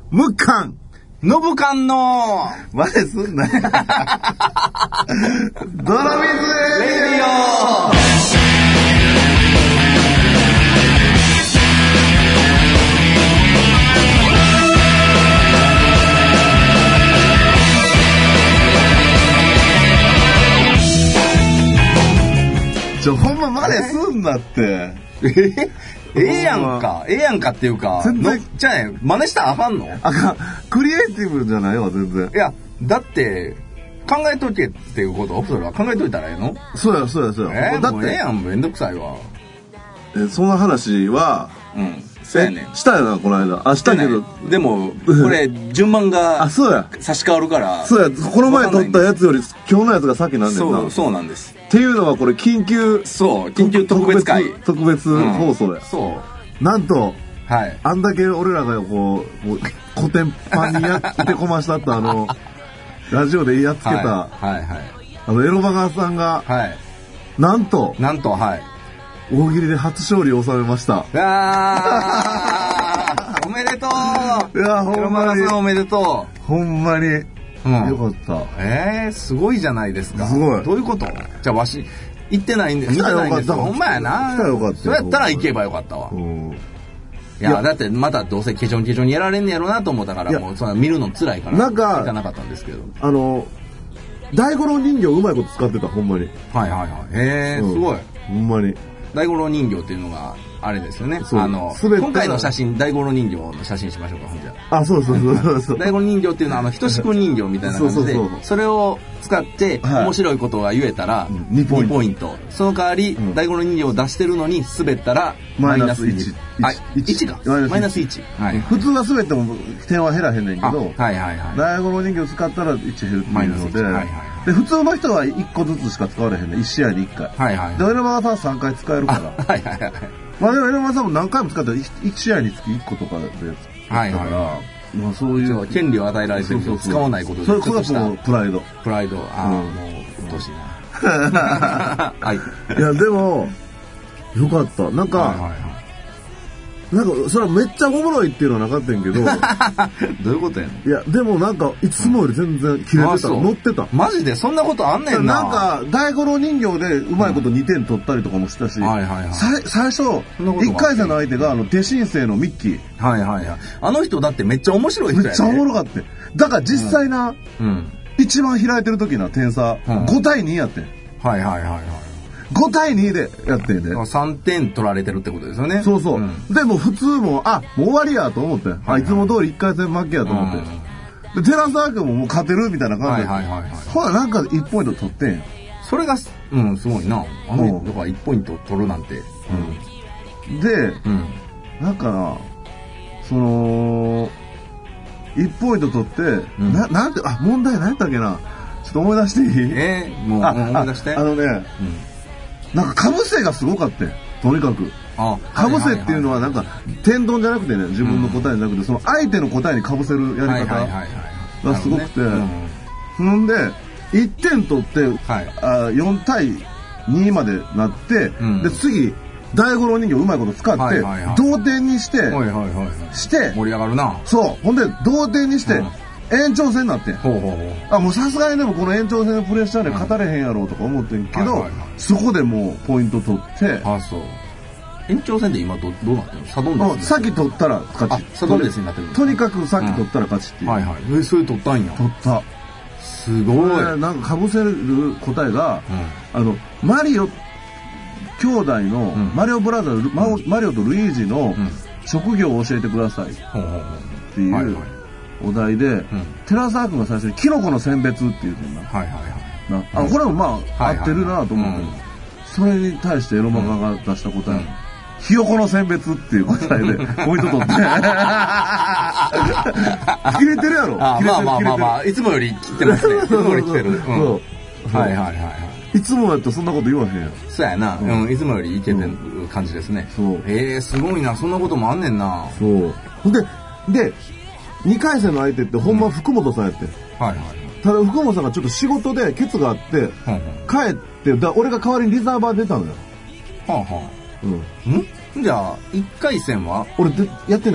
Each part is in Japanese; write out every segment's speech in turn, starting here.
ムカンノブカンのマジすんなよ泥水レディオほんまマネすんなってええやんかっていうか全然じゃあね真似したらあかんのあかんクリエイティブじゃないわ全然いやだって考えとけっていうことそれは考えといたらええのそうやだってもうええやんめんどくさいわそんな話はそうやねんしたよなこの間したけどでもこれ順番がそうや差し替わるからそうやこの前撮ったやつより今日のやつが先なんだよなそうなんですっていうのはこれ緊急特別会特別放送やそうなんとはいあんだけ俺らがこうコテンパンにやってこましたとラジオでやっつけたエロバガーさんがなんとはい大喜利で初勝利を収めました。 おめでとう。 いやほんまにおめでとう。 ほんまに、よかった。 すごいじゃないですか。 すごい。 どういうこと？じゃあわし行ってないんで見てないんですよ。ほんまやな。 よかった。 そうやったら行けばよかったわ。いやだってまたどうせケチョンケチョンにやられんねやろうなと思ったからもうその見るの辛いから行かなかったんですけど。 大五郎人形うまいこと使ってたほんまに。 はい。すごい。 ほんまに。 大五郎人形っていうのがあれですよね。今回の写真大五郎人形の写真しましょうかほんじゃ。 そう大五郎人形っていうのはひとしくん人形みたいな感じでそれを使って面白いことが言えたら2ポイント。その代わり大五郎人形を出してるのに滑ったらマイナス1。1か。マイナス1。 普通は滑っても点は減らへんねんけど大五郎人形を使ったら1減るっていうので。で普通の人は1個ずつしか使われへんねん1試合に1回でエロマガさん3回使えるからまあでもエロマガさんも何回も使ったら1試合につき1個とかで使ったからまあそういう権利を与えられてるけど使わないことでそれがもうプライドもううっとうしいないやでもよかったなんかそれはめっちゃおもろいっていうのはなかったんけどどういうことやねんいやでもなんかいつもより全然切れてた乗ってたマジでそんなことあんねんななんか大五郎人形でうまいこと2点取ったりとかもしたし最初1回戦の相手が手申請のミッキーあの人だってめっちゃ面白い人やねめっちゃおもろかってだから実際な一番開いてる時な点差5対2やってん5対2でやってんで 3点取られてるってことですよねそうでも普通ももう終わりやと思っていつも通り1回戦負けやと思ってで寺澤君ももう勝てるみたいな感じでほらなんか1ポイント取ってんやそれがすごいなだから1ポイント取るなんてでなんかな1ポイント取ってなんて問題何やったっけなちょっと思い出していいもう思い出してなんかかぶせがすごかったとにかくかぶせっていうのはなんか天丼じゃなくてね自分の答えじゃなくてその相手の答えにかぶせるやり方がすごくてんで1点取って4対2までなってで次大五郎人形うまいこと使って同点にして盛り上がるなそうほんで同点にして延長戦になってもうさすがにでもこの延長戦のプレッシャーで勝たれへんやろうとか思ってんけどそこでもうポイント取ってそう延長戦で今どうなってるのサドンデスさっき取ったら勝ちサドンデスになってるとにかくさっき取ったら勝ちっていうそれ取ったんや取ったすごいなんかかぶせる答えがマリオ兄弟のマリオブラザーマリオとルイージの職業を教えてくださいっていうお題で寺澤君が最初にキノコの選別っていうなこれもまあ合ってるなと思ってそれに対してエロマガが出した答えひよこの選別っていう答えでポイント取って切れてるやろまあいつもより切ってますねいつもより切ってるいつもやったらそんなこと言わへんやんそうやないつもよりいけてる感じですねすごいなそんなこともあんねんなそうで2回戦の相手ってほんま福本さんやってただ福本さんがちょっと仕事でケツがあって帰って俺が代わりにリザーバー出たのよじゃあ1回戦は俺やってないね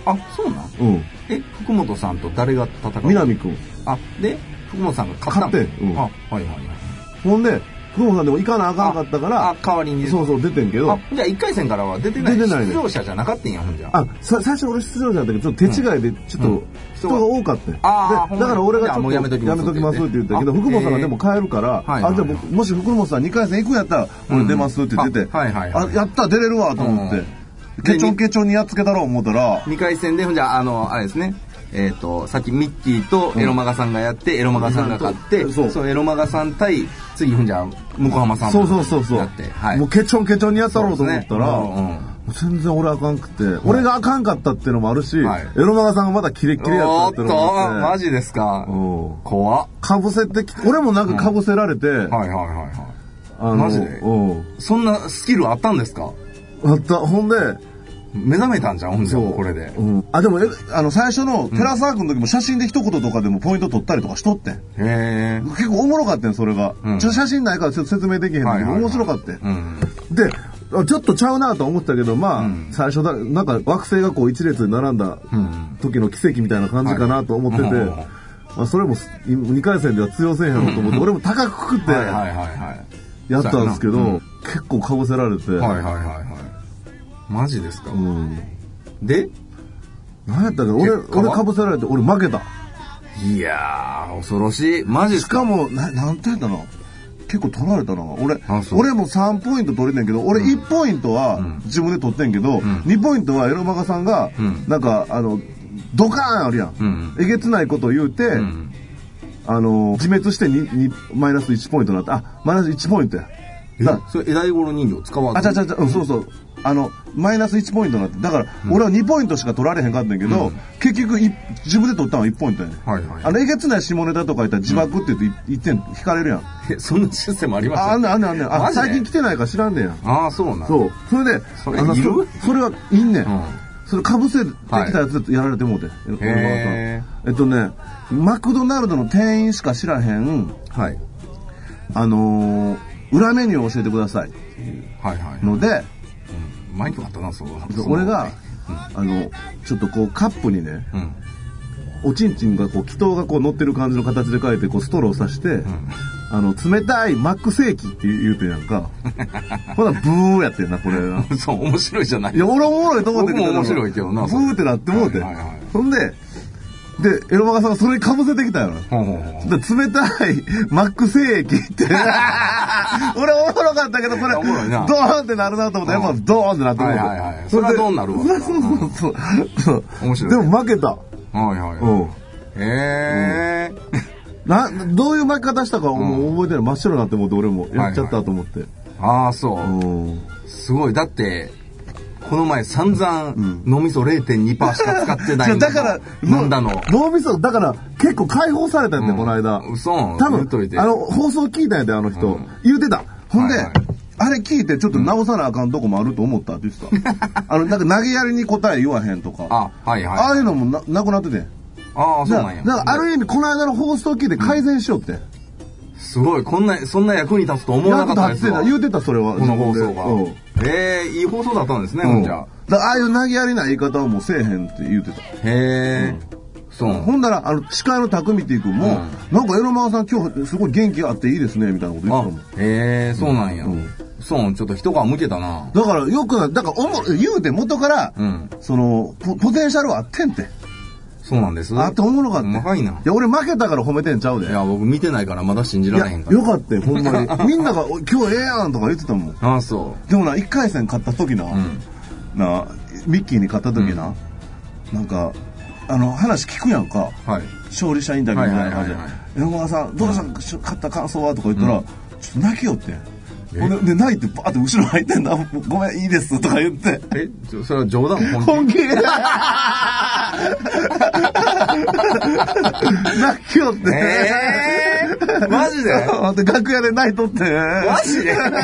あ、そうなん？福本さんと誰が戦う？ 南くん。 あ、で、福本さんが勝ったの？ 勝って。 あ、はいはいはい。 ほんで、福本さんでも行かなあかんかったから、 代わりに。 そう出てんけど。 じゃあ1回戦からは出てない。出場者じゃなかったんや、ほんじゃ。 最初俺出場者だったけど、ちょっと手違いで、ちょっと人が多かった。で、だから俺がちょっとやめときますって言ったけど、福本さんがでも帰るから、じゃあもし福本さん2回戦行くんやったら、俺出ますって言ってて、やった出れるわと思って、ケチョンにやっつけたろう思ったら、 2回戦で、ほんじゃあれですね。さっきミッキーとエロマガさんがやって、エロマガさんが勝って、そのエロマガさん対、次ほんじゃ、向浜さんもやって、もうケチョンにやったろうと思ったら、全然俺あかんくて、俺があかんかったっていうのもあるし、エロマガさんがまだキレッキレやったっていうのもあって。 マジですか。怖っ。 かぶせて俺もなんかかぶせられて、 マジでそんなスキルあったんですか？ あった。ほんで、 目覚めたんじゃん、ほんじゃこれで。 でも、最初のテラサークの時も写真で一言とかでもポイント取ったりとかしとってん。結構おもろかったん、それが。写真ないからちょっと説明できへんけど、面白かったん。で、ちょっとちゃうなと思ったけど、最初なんか惑星がこう一列に並んだ時の奇跡みたいな感じかなと思ってて、それも2回戦では通用せんやろと思って、俺も高くくってやったんですけど、結構かぶせられて。 マジですか？で、 何やったっけ？俺かぶせられて、俺負けた。 いやー、恐ろしい。マジですか？ しかも、なんて言ったの？結構取られたな。俺も3ポイント取れてんけど、俺1ポイントは自分で取ってんけど、2ポイントはエロマガさんが、なんか、ドカーンあるやん。えげつないことを言うて、自滅してマイナス1ポイントになって、マイナス1ポイントや。 それ、枝五郎人形使わず？ そうそう。マイナス1ポイントになって、だから、俺は2ポイントしか取られへんかったんやけど、結局、自分で取ったのは1ポイントやね。えげつない下ネタとか言ったら自爆って言って1点引かれるやん。 そんなシステムあります？ あんねん。最近来てないから知らんねんや。 そうなん。 そう。それで、それはいんねん。それかぶせてきたやつでやられてもうて。マクドナルドの店員しか知らへん、裏メニューを教えてくださいっていうので、 マイクあったな、 俺が、ちょっとこうカップにね、おちんちんがこう気筒がこう乗ってる感じの形で書いてこうストローを刺して、冷たいマックセーキって言うてんやんか。ほなブーやってんなこれ。 そう、面白いじゃない。 いや俺おもろいと思って僕も面白いけどな。 ブーってなってもうて。ほんでエロマガさんがそれにかぶせてきたよ。冷たいマックセーキって。俺おもろかったけど、これ、ドーンってなるなと思って、やっぱドーンってなって思って。 それはどうなるわ。 そう。面白い。でも負けた。どういう負け方したかもう覚えてない。真っ白になって思って、俺もやっちゃったと思って。 そう。すごい。だって、この前散々脳みそ 0.2% しか使ってない。 だから飲んだの。 脳みそだから結構解放されたんだよ、この間。 嘘。 多分放送聞いたんやで、あの人。言うてた。ほんで、あれ聞いてちょっと直さなあかんとこもあると思ったって言ってた。なんか投げやりに答え言わへんとか。ああいうのもなくなってて。 そうなんや。 だからある意味この間の放送聞いて改善しようって。 すごい、そんな役に立つと思わなかったですわ。 言うてた、それは。 この放送が。いい放送だったんですね、じゃあ。 ああいう投げやりな言い方はもうせえへんって言うてた。そう。ほんだら、司会の匠っていくんも、なんかエロマガさん今日すごい元気あっていいですね、みたいなこと言ってたもん。 そうなんや。そう、ちょっと一皮むけたな。 だからよくだから言うて元から、ポテンシャルはあってんて。 そうなんです。 あっておもろかった。 若いな。いや、俺負けたから褒めてんちゃうで。 いや、僕見てないからまだ信じられへんから。 よかったよ、ほんまに。みんなが今日ええやんとか言ってたもん。 そう。 でもな、1回戦勝った時な、ミッキーに勝った時な、なんか、話聞くやんか。勝利者インタビューみたいな感じで。エロマガさん、どうした勝った感想はとか言ったら、ちょっと泣きよって。で、泣いてバーって後ろ入ってんだ。ごめん、いいですとか言って。 それは冗談？ 本気泣きよって。 マジで？ で、楽屋で泣いとって。 マジで？バ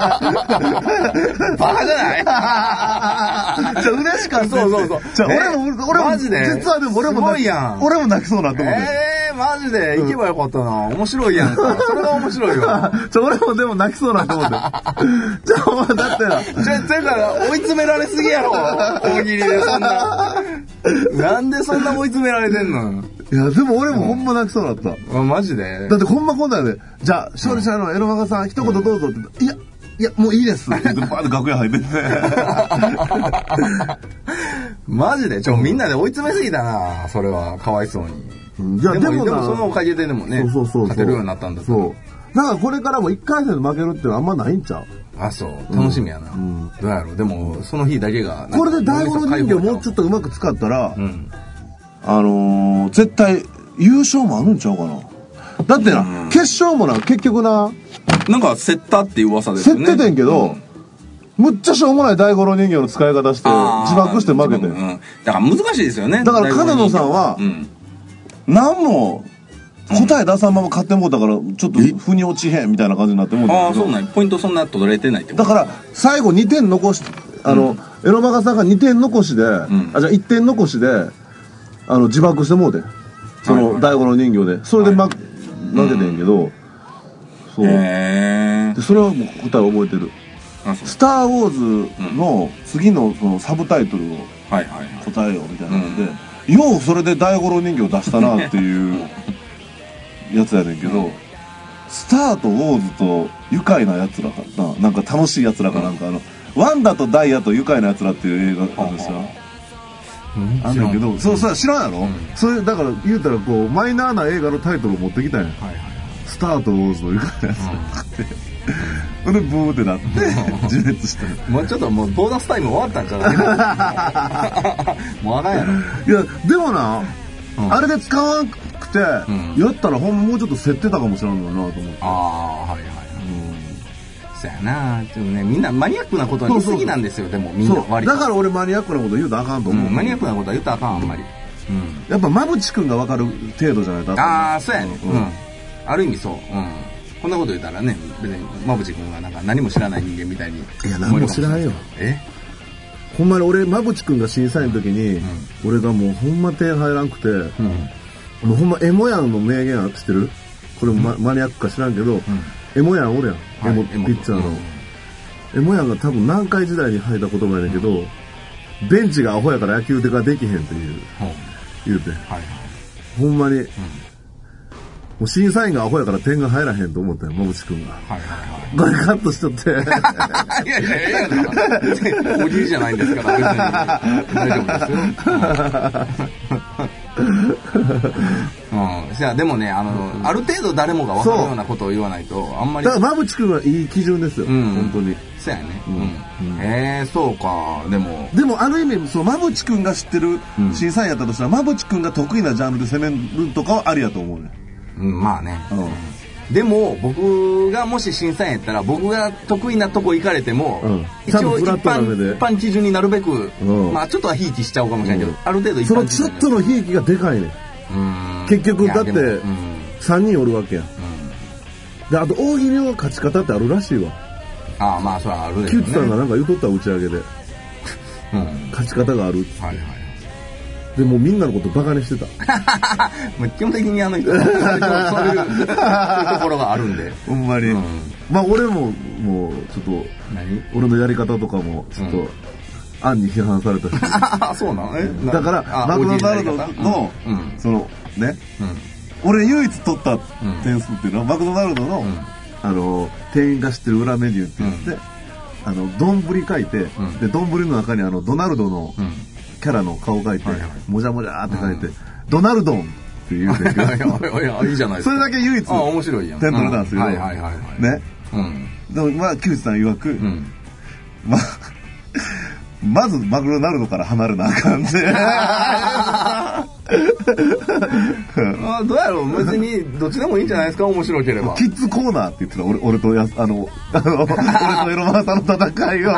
カじゃない？ じゃ嬉しかった。 そう。 俺も、マジで？実はでも俺も泣きそうなと思って。 マジで行けばよかったな。面白いやんか。それが面白いわ。 俺もでも泣きそうなと思って。お前だってな。 だから追い詰められすぎやろ。大喜利でそんな。 なんでそんな追い詰められてんの？ いや、でも俺もほんま泣きそうだった。 マジで？ だってほんまこんなんで、じゃあ、勝利者のエロマガさん、一言どうぞって、いや、もういいです。って言って、バーって楽屋入ってて。 マジでみんなで追い詰めすぎたな、それは。かわいそうに。でもそのおかげででもね、勝てるようになったんだそう。だからこれからも1回戦で負けるってのはあんまないんちゃう？ あ、そう。楽しみやな。どうやろう。でも、その日だけが。 これで第五の人形もうちょっとうまく使ったら、絶対優勝もあるんちゃうかな。だってな、決勝もな、結局な、 なんか競ったっていう噂ですよね。 競っててんけど、むっちゃしょうもない大五郎人形の使い方して自爆して負けて、 だから難しいですよね。 だから金野さんは何も答え出さんまま買ってもうたからちょっと腑に落ちへんみたいな感じになってもうたけど。 ああ、そうなんや。ポイントそんな取れてないってことだから最後2点残しエロマガさんが2点残しで、じゃあ1点残しで自爆してもうて、その大五郎人形でそれで負けてんけど、そうでそれはもう答え覚えてる。スター・ウォーズの次のそのサブタイトルを答えようみたいなので、ようそれで大五郎人形を出したなっていうやつやねんけど、スターとウォーズと愉快なやつらかな、なんか楽しいやつらかなんかワンダとダイヤと愉快なやつらっていう映画なんですよ。あんだけど、そう知らんやろ。それだから言うたらこうマイナーな映画のタイトルを持ってきたんや。スターとウォーズの愉快なやつらって。それでブーってなって自滅した。 もうちょっともうボーナスタイム終わったんじゃないもうあかんやろ。 いやでもな、あれで使わなくてやったらほんまもうちょっと競ってたかもしれんのなと思って。 ああ、はいはい。そうやな。でもね、みんなマニアックなことは言い過ぎなんですよ。でもみんな割と。 だから俺マニアックなこと言うとあかんと思う。 マニアックなことは言うとあかん、あんまり。 やっぱ馬淵くんが分かる程度じゃないと。 ああ、そうやね。ある意味そう。こんなこと言ったらね、別に馬淵くんがなんか何も知らない人間みたいに。 いや、何も知らんよ。ほんまに俺馬淵くんが審査員の時に、俺がもうほんま点入らんくて、もうほんまエモヤンの名言知ってる？これもマニアックか知らんけど、エモヤンおるやん、エモピッチャーの。エモヤンが多分南海時代に吐いた言葉やねんけど、ベンチがアホやから野球でができへんっていう言うて、ほんまにもう審査員がアホやから点が入らへんと思ったよ、馬淵くんが。これカットしとって。 いやおじいじゃないんですから別に大丈夫ですよ。じゃあでもね、ある程度誰もが分かるようなことを言わないとあんまり。 だから馬淵くんはいい基準ですよ、本当に。 そうやね。そうか。でもある意味その馬淵くんが知ってる審査員やったとしたら、馬淵くんが得意なジャンルで攻めるとかはありやと思うね。 まあね。でも僕がもし審査員やったら、僕が得意なとこ行かれても、一応一般基準になるべく、まあちょっとはひいきしちゃうかもしれないけど、ある程度一般基準。 そのちょっとのひいきがでかいね。結局だって3人おるわけや。で、あと大喜利の勝ち方ってあるらしいわ。 ああ、まあそれはあるでしょうね。キュッツさんがなんか言うとった打ち上げで、勝ち方がある。でもみんなのことバカにしてた。 基本的にそういうところがあるんで。 ほんまに。まあ俺ももうちょっと俺のやり方とかもちょっと暗に批判されたし。 そうなの？ だからマクドナルドのそのね、俺唯一取った点数っていうのはマクドナルドの店員が知ってる裏メニューって言って丼書いて、で丼の中にドナルドのキャラの顔書いて、もじゃもじゃって書いて、ドナルドンって言うてるけど、 いいじゃないですか。 それだけ唯一面白いやん。 点取れたんですよ。ね。でもまあ木内さん曰く、まずマクドナルドから離れなあかんで。 どうやろう、別にどっちでもいいんじゃないですか、面白ければ。 キッズコーナーって言ってた、俺と俺とエロマーさんの戦いを。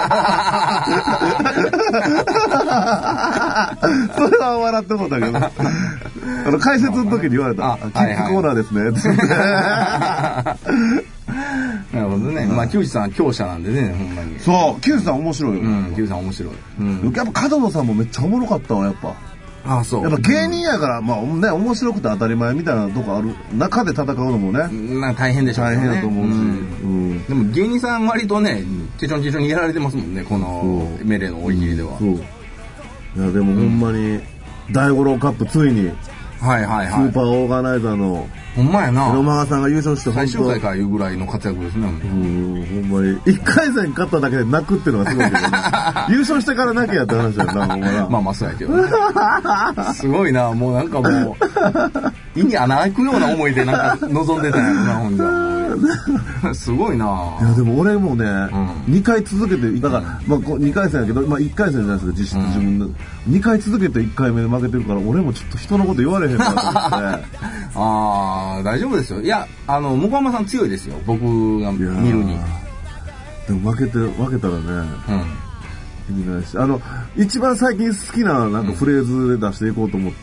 それは笑ってもんだけど、解説の時に言われた、キッズコーナーですねってなるほどね。まあ木内さんは強者なんでね、ほんまに。 そう、木内さん面白いよ。 木内さん面白い。 やっぱ角野さんもめっちゃおもろかったわ、やっぱ。 ああ、そう。 やっぱ芸人やから、まあね、面白くて当たり前みたいなとこある中で戦うのもね、 大変でしょうね。 大変だと思うし。 でも芸人さん割とね、ケチョンケチョンにやられてますもんね、このメレの大喜利では。 そう。いやでもほんまに大五郎カップついに、 はいはいはい。スーパーオーガナイザーの、 ほんまやな。 エロマガさんが優勝して、 最終回からいうぐらいの活躍ですね。ほんまに。1回戦勝っただけで泣くっていうのがすごいけどね。優勝してから泣けやって話だよな、ほんまな。 まあまあそうやけど、ね。すごいな、もうなんかもう、胃に穴開くような思いでなんか望んでたんやろな、ほんじゃ。すごいな。 いやでも俺もね、2回続けて、だから、まあ2回戦やけど、まあ1回戦じゃないですか、実質自分で。2回続けて1回目で負けてるから、俺もちょっと人のこと言われへんなと思って。 ああ、大丈夫ですよ。いや、向山さん強いですよ。僕が見るに。 でも負けたらね、意味ないし。一番最近好きななんかフレーズで出していこうと思って、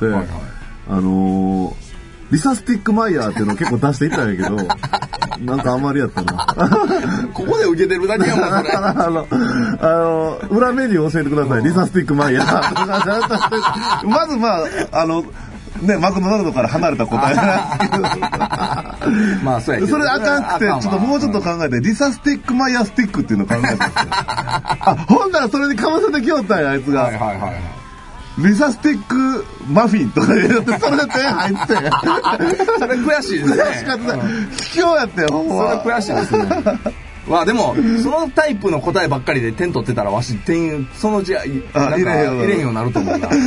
リサスティックマイヤーっていうのを結構出していったんやけど、なんかあんまりやったな。 ここで受けてるだけやもん、それ。裏メニュー教えてください。リサスティックマイヤー。まずまあ、ね、マクドナルドから離れた答えなんですけど。 まあ、そうやけど。 それあかんくて、ちょっともうちょっと考えて、リサスティックマイヤースティックっていうのを考えたんですよ。あ、ほんならそれにかませてきよったんや、あいつが。 はいはいはい。 リサスティックマフィンとか言って、それで点入って。 それ悔しいですね。 悔しかった。卑怯やったよ、ほんま。 それ悔しいですね。まあでも、そのタイプの答えばっかりで点取ってたら、わし点、そのうちなんか入れへんようになると思うな。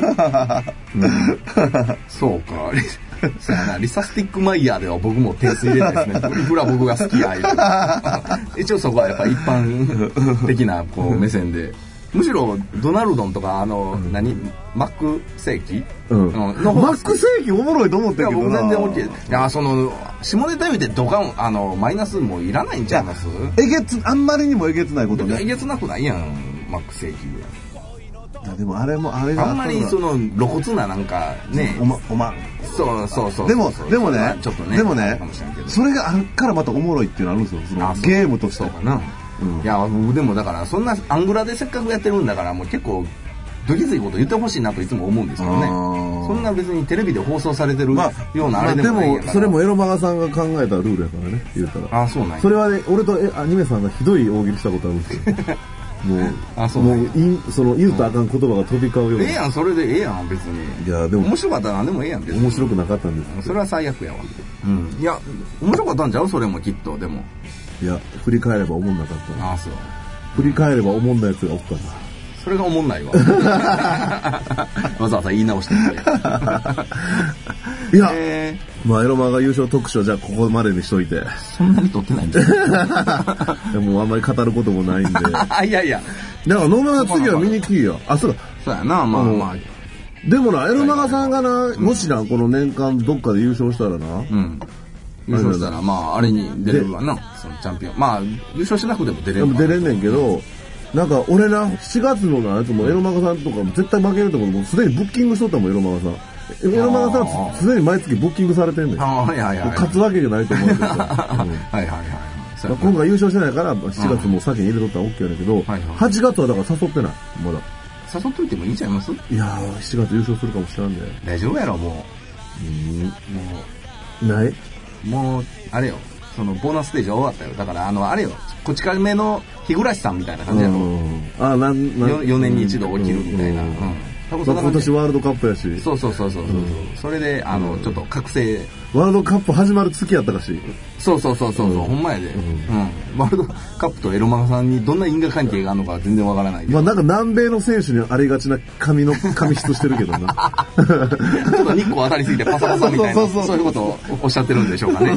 そうか。そうやな、リサスティックマイヤーでは僕も点数入れないですね。フラ僕が好きや。一応そこはやっぱ一般的なこう目線で。むしろドナルドンとかマック世紀マック世紀おもろいと思ってるけどな。 いや僕全然 OK です。いや下ネタ言うてドカンマイナスもういらないんちゃいます？ あんまりにもえげつないことね。 えげつなくないやんマック世紀ぐらい。 いやでもあれがあんまり露骨ななんかね。そうでもねちょっとねでもねそれがあるからまたおもろいっていうのあるんですよ。ゲームとして。 そうかな。いや僕でもだからそんなアングラでせっかくやってるんだからもう結構どぎついこと言ってほしいなといつも思うんですけどね。そんな別にテレビで放送されてるようなあれでもないんやから。 でもそれもエロマガさんが考えたルールやからね言うたら。 あ、そうなんや。 それはね俺とアニメさんがひどい大喜利したことあるんですけどもうその言うとあかん言葉が飛び交うような。 ええやんそれでええやん別に。いやでも面白かったら何でもええやん別に。 面白くなかったんです。 それは最悪やわ。いや面白かったんちゃうそれもきっとでも。 いや振り返れば思んなかった。 あ、そう。 振り返れば思んなやつがおったな。 それが思んないわ。わざわざ言い直してみて。 いや、まあエロマガ優勝特賞じゃあここまでにしといて。 そんなに撮ってないんだよ。 でもあんまり語ることもないんで。 いやいや。 だから野村が次は見に来いよ。あ、そうだ。 そうやな、まあまあ。 でもな、エロマガさんがな、もしな、この年間どっかで優勝したらな。 優勝したら、まあ、あれに出れるわな、そのチャンピオン。まあ、優勝しなくても出れるわ。 出れんねんけど、なんか俺な、7月のやつもエロマガさんとか絶対負けるところもすでにブッキングしとったもん、エロマガさん。エロマガさんはすでに毎月ブッキングされてんねん。勝つわけじゃないと思うけど。今回優勝してないから、7月も先に入れとったら OK やねんけど、8月はだから誘ってない、まだ。 誘っといてもいいんちゃいます？ いやー、7月優勝するかもしれんで。 大丈夫やろ、もう。ない？ もうあれよそのボーナスステージは終わったよ。だからあれよこち亀の日暮さんみたいな感じやろ。4年に一度起きるみたいな。 今年ワールドカップやし。 そう。それでちょっと覚醒。 ワールドカップ始まる月やったかし。 そう。ほんまやで。ワールドカップとエロマガさんにどんな因果関係があるのか全然わからない。 まあなんか南米の選手にありがちな髪質してるけどな。 ちょっと日光当たりすぎてパサパサみたいなそういうことをおっしゃってるんでしょうかね。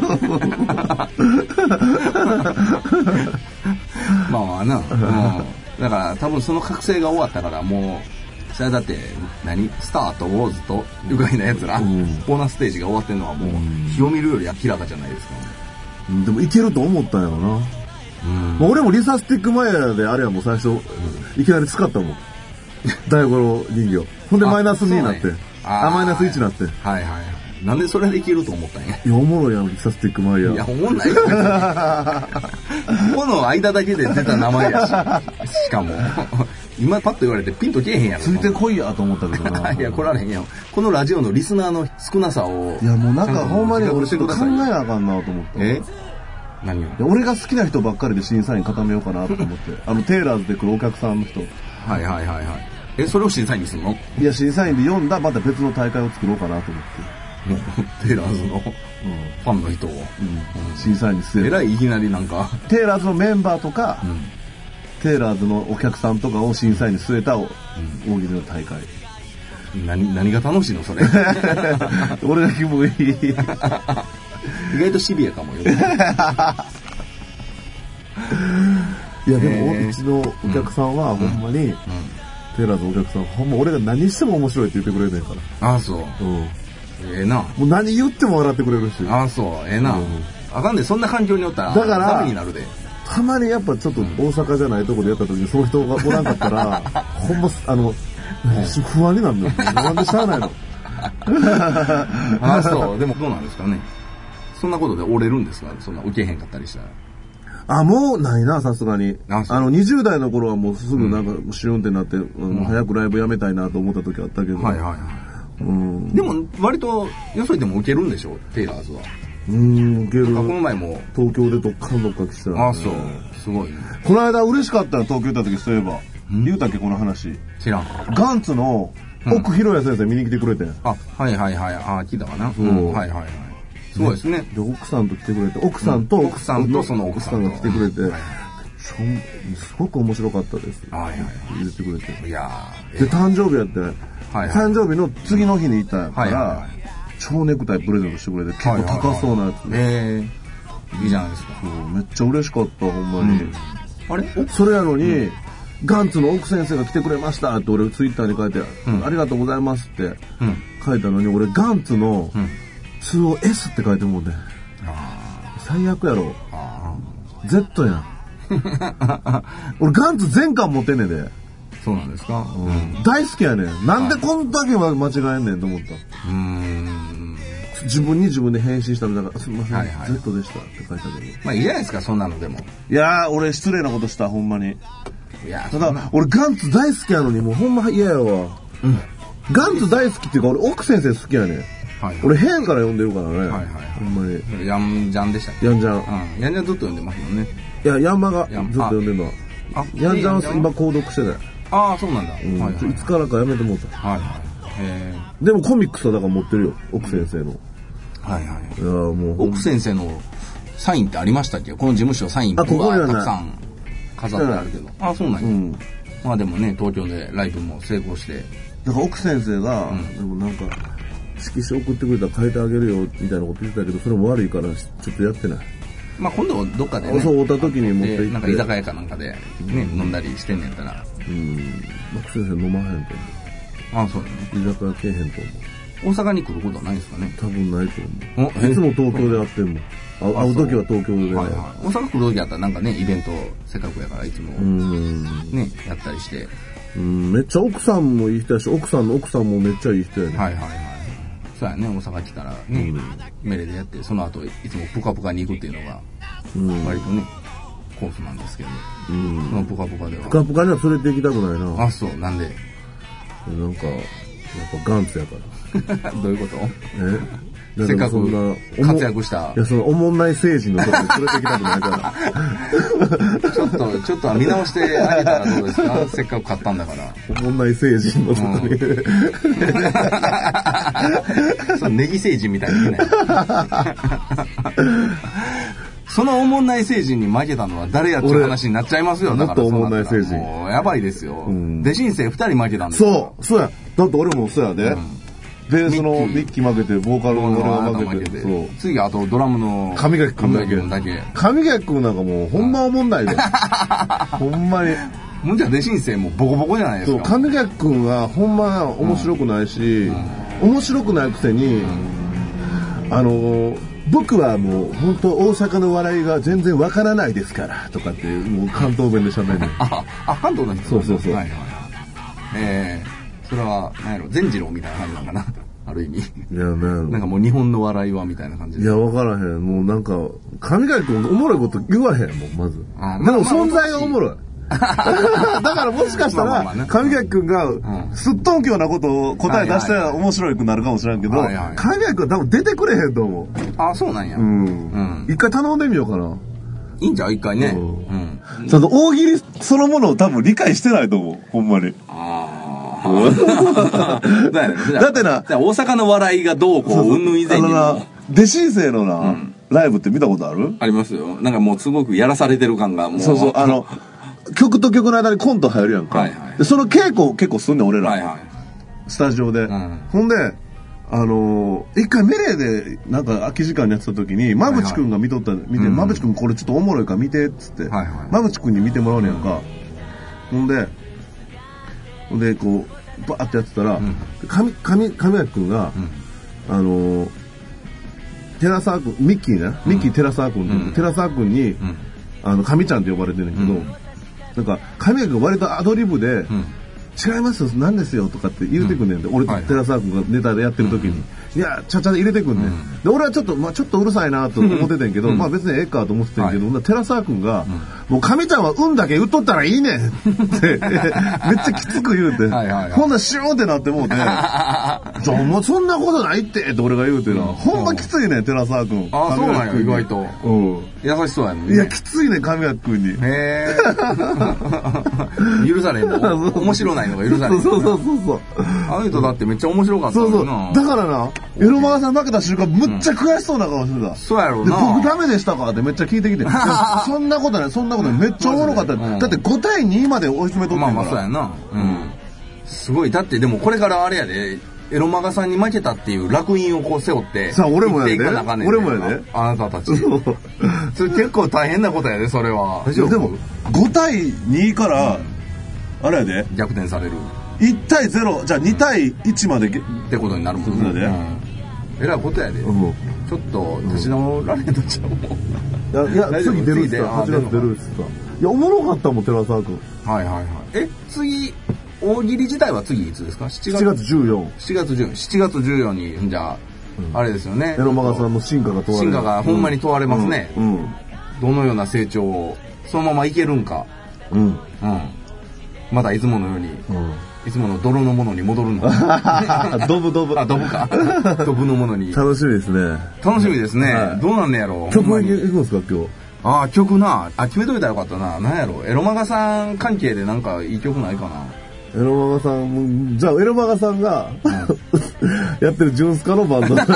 まあな。だから多分その覚醒が終わったからもう。それだってスターとウォーズと愉快なやつら、ボーナスステージが終わってるのはもう日を見るより明らかじゃないですか。 でもいけると思ったんやろな。俺もリサスティックマイヤーであれはもう最初いきなり使ったもん。大五郎人形。ほんでマイナス2になって、マイナス1になって。 はい。なんでそれでいけると思ったんや。 いやおもろいやんリサスティックマイヤー。 いやおもんないよ。ここの間だけで出た名前やし。しかも。今パッと言われてピンとけえへんやろ。 ついてこいやと思ったけどな。 いや来られへんやん。このラジオのリスナーの少なさを。 いやもうなんかほんまに俺ちょっと考えなあかんなと思って。 何を？ 俺が好きな人ばっかりで審査員固めようかなと思って。テイラーズで来るお客さんの人。 はい。 それを審査員にするの？ いや、審査員で読んだまた別の大会を作ろうかなと思って。 テイラーズのファンの人を。 審査員に据える。 えらいいきなりなんか。 テイラーズのメンバーとか、テイラーズのお客さんとかを審査員に据えた大喜利の大会。 何が楽しいのそれ。 俺だけもいい。 意外とシビアかもよ。 いやでもうちのお客さんはほんまに、テイラーズのお客さんほんま俺が何しても面白いって言ってくれるねんから。 あ、そう。ええな。 もう何言っても笑ってくれるし。 あ、そう。ええな。あかんで、そんな環境におったら、 だからダメになるで。 たまにやっぱちょっと大阪じゃないとこでやった時にその人がおらんかったら、ほんま、不安になるのよ。なんでしゃあないの。 あ、そう。でもどうなんですかね。そんなことで折れるんですか？そんな受けへんかったりしたら。 あ、もうないな、さすがに。20代の頃はもうすぐなんか試運転になって、早くライブやめたいなと思った時あったけど。はいはいはい。でも、割と、よそいでも受けるんでしょ？テイラーズは。 受ける。 この前も。 東京でどっかんどっか来てた。 あ、そう。すごいね。 この間嬉しかったの、東京行った時、そういえば。言うたっけ、この話。 知らん。 ガンツの奥弘也先生見に来てくれて。 あ、はいはいはい。あ、聞いたかな。はいはいはい。すごいですね。 で、奥さんと来てくれて、奥さんとその奥さんが来てくれて、すごく面白かったです。はいはい。言ってくれて。いやで、誕生日やって、誕生日の次の日に行ったから、蝶ネクタイプレゼントしてくれて、結構高そうなやつ。 いいじゃないですか。 めっちゃ嬉しかった、ほんまに。 あれそれやのに、ガンツの奥先生が来てくれましたって俺ツイッターに書いて、ありがとうございますって書いたのに、俺ガンツの2を S って書いてもうて。最悪やろ。Z やん。俺ガンツ全巻持ってんねんで。 そうなんですか？ 大好きやねん。なんでこんだけは間違えんねんと思った。自分に自分で返信したんだから、すみません、Z でしたって書いたけど。 まあいいじゃないですか、そんなのでも。 いやー、俺失礼なことした、ほんまに。ただ、俺ガンツ大好きやのに、もうほんま嫌やわ。ガンツ大好きっていうか、俺奥先生好きやねん。俺変から読んでるからね。ほんまに。 ヤンジャンでしたっけ？ ヤンジャン。 ヤンジャンずっと読んでますもんね。 いや、ヤンマがずっと読んでるのは。ヤンジャンは今購読してない。 ああ、そうなんだ。 いつからかやめてもうた。でもコミックスはだから持ってるよ、奥先生の。 はいはい。いやもう奥先生のサインってありましたっけ？この事務所サインとかたくさん飾ってあるけど。あ、そうなんや。まあでもね、東京でライブも成功して。 だから奥先生が、でもなんか、色紙送ってくれたら変えてあげるよ、みたいなこと言ってたけど、それも悪いからちょっとやってない。まあ今度どっかでね。 そう、会った時に持って行って。 なんか居酒屋かなんかでね、飲んだりしてんねやったら。 奥先生飲まへんと思う。あ、そうだね。 居酒屋けえへんと思う。 大阪に来ることはないですかね？ 多分ないと思う。いつも東京で会ってんもん。会う時は東京で。大阪来る時あったらなんかね、イベントせっかくやからいつもね、やったりして。 めっちゃ奥さんもいい人やし、奥さんの奥さんもめっちゃいい人やね。 はいはいはい。そうやね、大阪来たらね、メレでやって、その後いつもプカプカに行くっていうのが、割とね、コースなんですけど、そのプカプカでは。 プカプカには連れて行きたくないな。 あ、そう、なんで？ なんか、やっぱガンツやから。 どういうこと？せっかく活躍した。 いや、そのおもんない成人のとこに連れて行きたくないから。 ちょっと見直してあげたらどうですか？せっかく買ったんだから。 おもんない成人のとこに。 そうネギ成人みたいにね。そのおもんない成人に負けたのは誰やっていう話になっちゃいますよ。 だからもっとおもんない成人。 もうやばいですよ。弟子生2人負けたんですよ。 そうや。だって俺もそうやで。ベースのミッキー負けて、ボーカルの俺が負けて。 次あとドラムの神垣君だけ。神垣君なんかもうほんまおもんないで。ほんまに。 もんじゃ弟子生もボコボコじゃないですか。 そう、神垣君はほんま面白くないし、面白くないくせに、僕はもう本当大阪の笑いが全然わからないですからとかってもう関東弁で喋る。 関東の人。 そう。 はい。それは何やろ、善次郎みたいな感じなのかな。ある意味。いやね。なんかもう日本の笑いはみたいな感じで。 いや、わからへん。もうなんか神垣君おもろいこと言わへんもんまず。でも存在がおもろい。だからもしかしたら神垣君がすっとんきょうなことを答え出したら面白くなるかもしれんけど、神垣君は多分出てくれへんと思う。 あ、そうなんや。 一回頼んでみようかな。 いいんじゃん、一回ね。 その大喜利そのものを多分理解してないと思う、ほんまに。 だってな、 大阪の笑いがどうこう、うんぬん以前にも。 弟子生のな、ライブって見たことある？ ありますよ。なんかもうすごくやらされてる感がもう。 そうそう、曲と曲の間にコント入るやんか。で、その稽古結構すんねん、俺ら。スタジオで。ほんで、一回メレーでなんか空き時間にやってた時に、馬淵くんが見て、馬淵くんこれちょっとおもろいから見て、っつって、馬淵くんに見てもらうねやんか。ほんで、こう、バーってやってたら、神谷くんが、寺澤くん、ミッキー寺澤くんって、寺澤くんに、神ちゃんって呼ばれてるんだけど、なんか、神谷くんが割とアドリブで、違いますよ、なんですよとかって入れてくんねんで、俺と寺澤君がネタでやってる時に、いや、ちゃちゃで入れてくんねん。で、俺はちょっとうるさいなと思ってたんやけど、まあ別にええかと思ってたんやけど、寺澤君が、もう神ちゃんは運だけ打っとったらいいねんって、めっちゃきつく言うて、ほんなシューンってなってもうて、もうそんなことないって俺が言うてな、ほんまきついねん、寺澤君。 あ、そうなんや、意外と。優しそうやねん。 いや、きついねん、神谷君に。 へ許されんの面白ないのが許されんの。 そう。 あの人だってめっちゃ面白かったもんな。 だからな、エロマガさん負けた瞬間、むっちゃ悔しそうな顔してた。 そうやろうな。 僕ダメでしたかってめっちゃ聞いてきて。そんなことない、めっちゃおもろかった。だって5対2まで追い詰めとってんから。 まあそうやな。すごい。だってでもこれからあれやで、エロマガさんに負けたっていう烙印をこう背負って、 さあ、俺もやで。俺もやで。 あなたたち。それ結構大変なことやで、それは。 でも、5対2から、あれやで。 逆転される。 1対0、じゃあ2対1までってことになるもんね。えらいことやで。ちょっと、立ち直られんとちゃうもん。 いや、次出るっすか。8月出るっすか。いや、おもろかったもん、寺澤君。 次、大喜利自体は次いつですか？ 7月 14。 7月14に、じゃあ、あれですよね。 エロマガさんの進化が問われる。 進化がほんまに問われますね。どのような成長を、そのままいけるんか。まだいつものように、いつもの泥のものに戻るの。 ドブ。 あ、ドブか。ドブのものに。 楽しみですね。 楽しみですね。どうなんねやろ。 曲は行くんですか、今日。 あ、曲な。決めといたらよかったな。なんやろ。エロマガさん関係でなんかいい曲ないかな。 エロマガさん、じゃあエロマガさんが、やってるジュンスカのバンド。あ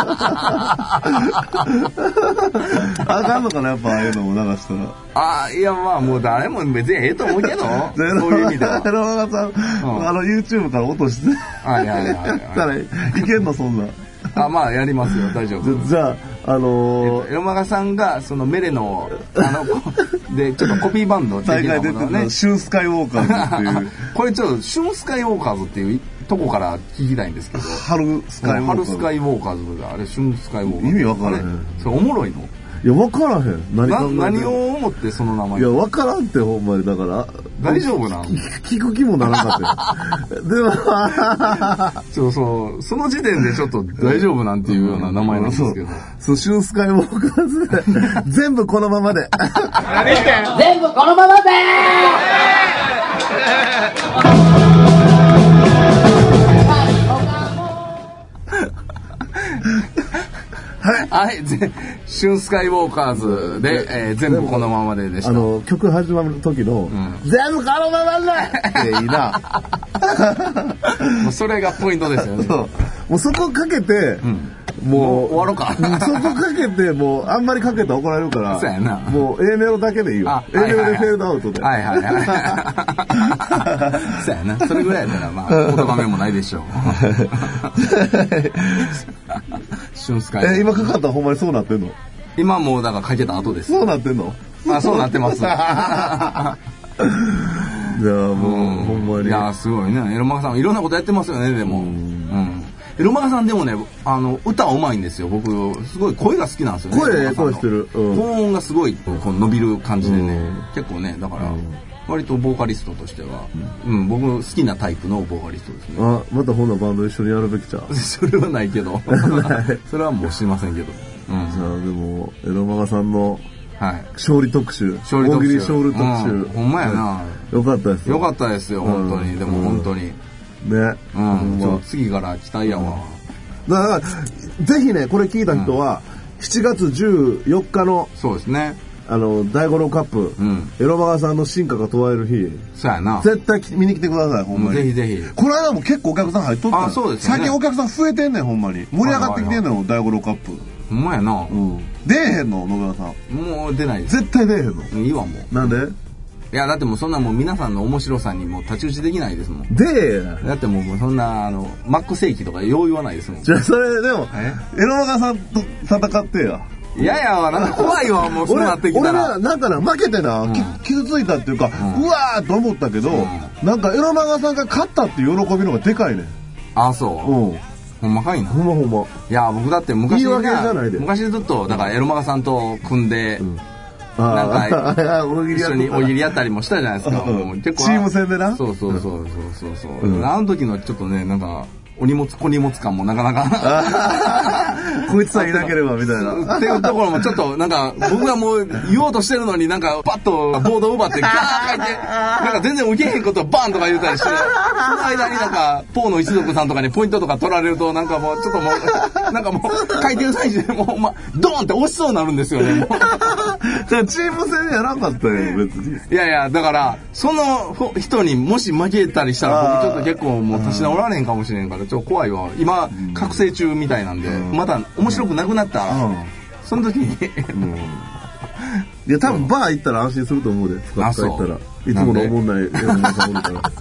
かんのかな、やっぱああいうのも流したら。 いや、まあもう誰も別にええと思うけど、そういう意味では。 エロマガさん、YouTube から落として。たらいけんの、そんな。 まあやりますよ、大丈夫。 じゃあ、 エロマガさんがそのメレのでちょっとコピーバンド的なものをね、 シュンスカイウォーカーズっていうこれちょっとシュンスカイウォーカーズっていうとこから聞きたいんですけど、 春スカイウォーカーズがあれシュンスカイウォーカーズ意味わからへん。 それおもろいの？ いや、わからへん。 何を思ってその名前？ いや、わからんって、ほんまに。だから。 大丈夫なの？ 聞く気もならなかった。でも、 その時点でちょっと大丈夫なんていうような名前なんですけど。 そう、シュンスカイウォーカーズで、全部このままで。 全部このままではい、シュンスカイウォーカーズで、全部このままででした。 曲始まる時の、全部このままでっていいな。 もうそれがポイントですよね。 もうそこかけて、もう終わろうか。 そこかけて、もうあんまりかけたら怒られるから、 そうやな。 もう A メロだけでいいよ。A メロでフェードアウトで。 そうやな。それぐらいやったら、まあ、言葉目もないでしょう。シュンスカイ。 今かかったらほんまにそうなってんの？ 今もうだからかけた後です。 そうなってんの？ そうなってます。 じゃあもう、ほんまに。 いや、すごいね。エロマガさんいろんなことやってますよね、でも。エロマガさんでもね、歌はうまいんですよ。僕、すごい声が好きなんですよね。 声してる。 高音がすごい、こう伸びる感じでね。結構ね、だから、割とボーカリストとしては、僕好きなタイプのボーカリストですね。 またほんなバンド一緒にやるべきちゃう？ それはないけど。それはもうしませんけど。 じゃあでも、エロマガさんの勝利特集。大喜利勝利特集。 ほんまやな。 よかったです。 よかったですよ、本当に。でも本当に。 ね。 次から期待やわ。 だから、ぜひね、これ聞いた人は、7月14日の、 そうですね。 大五郎カップ、エロマガさんの進化が問われる日。 そうやな。 絶対見に来てください、ほんまに。 ぜひぜひ。 この間も結構お客さん入っとった。 そうですね。 最近お客さん増えてんねん、ほんまに。盛り上がってきてんねん、大五郎カップ。 ほんまやな。 出えへんの、野村さん。 もう出ないです。 絶対出えへんの。 いいわ、もう。 なんで？ いや、だってもうそんなもう皆さんの面白さにもう太刀打ちできないですもん。だってもうそんな、マック正規とかよう言わないですもん。 じゃあそれ、でも、エロマガさんと戦ってや。 いやいや、なんか怖いわ、もうそうなってきたら。 俺なんかな、負けてな、傷ついたっていうか、うわーと思ったけど、なんかエロマガさんが勝ったっていう喜びの方がでかいねん。 あ、そう。ほんまかいな。 ほんま。 いや、僕だって昔ずっと、だからエロマガさんと組んで、なんか一緒に大喜利やったりもしたじゃないですか。 結構チーム戦でな。 そう。あの時のちょっとね、なんかお荷物小荷物感もなかなかこいつさえいなければみたいなっていうところもちょっとなんか僕がもう言おうとしてるのになんかパッとボードを奪ってガーッ書いてなんか全然受けへんことをバーンとか言うたりして、その間になんかポーの一族さんとかにポイントとか取られるとなんかもうちょっともうなんかもう回転最中でもうドーンって押しそうになるんですよね。もうじゃあチーム戦やらなかったよ別に。 いやだからその人にもし負けたりしたら僕ちょっと結構もう立ち直られへんかもしれんからちょっと怖いわ。今覚醒中みたいなんでまた面白くなくなったらその時にいや多分バー行ったら安心すると思うで。深々行ったらいつもの思んない山さんおるから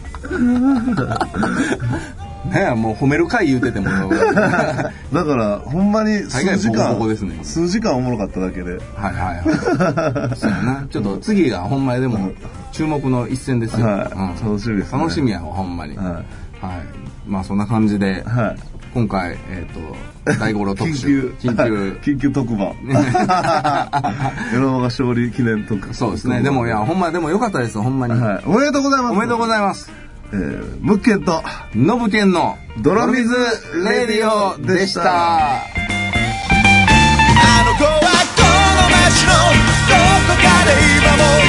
ねえもう褒める回言うててもだからほんまに数時間おもろかっただけではいそうやな。ちょっと次がほんまにでも注目の一戦ですよ。 楽しみですね。 楽しみやほんまに。はいまあそんな感じで今回大五郎特集緊急特番世の中勝利記念特番。 そうですね。でもいやほんまでも良かったですほんまに。 おめでとうございます。 おめでとうございます。 ムッケンとノブケンの泥水レディオでした。あの子はこの街のどこかで今も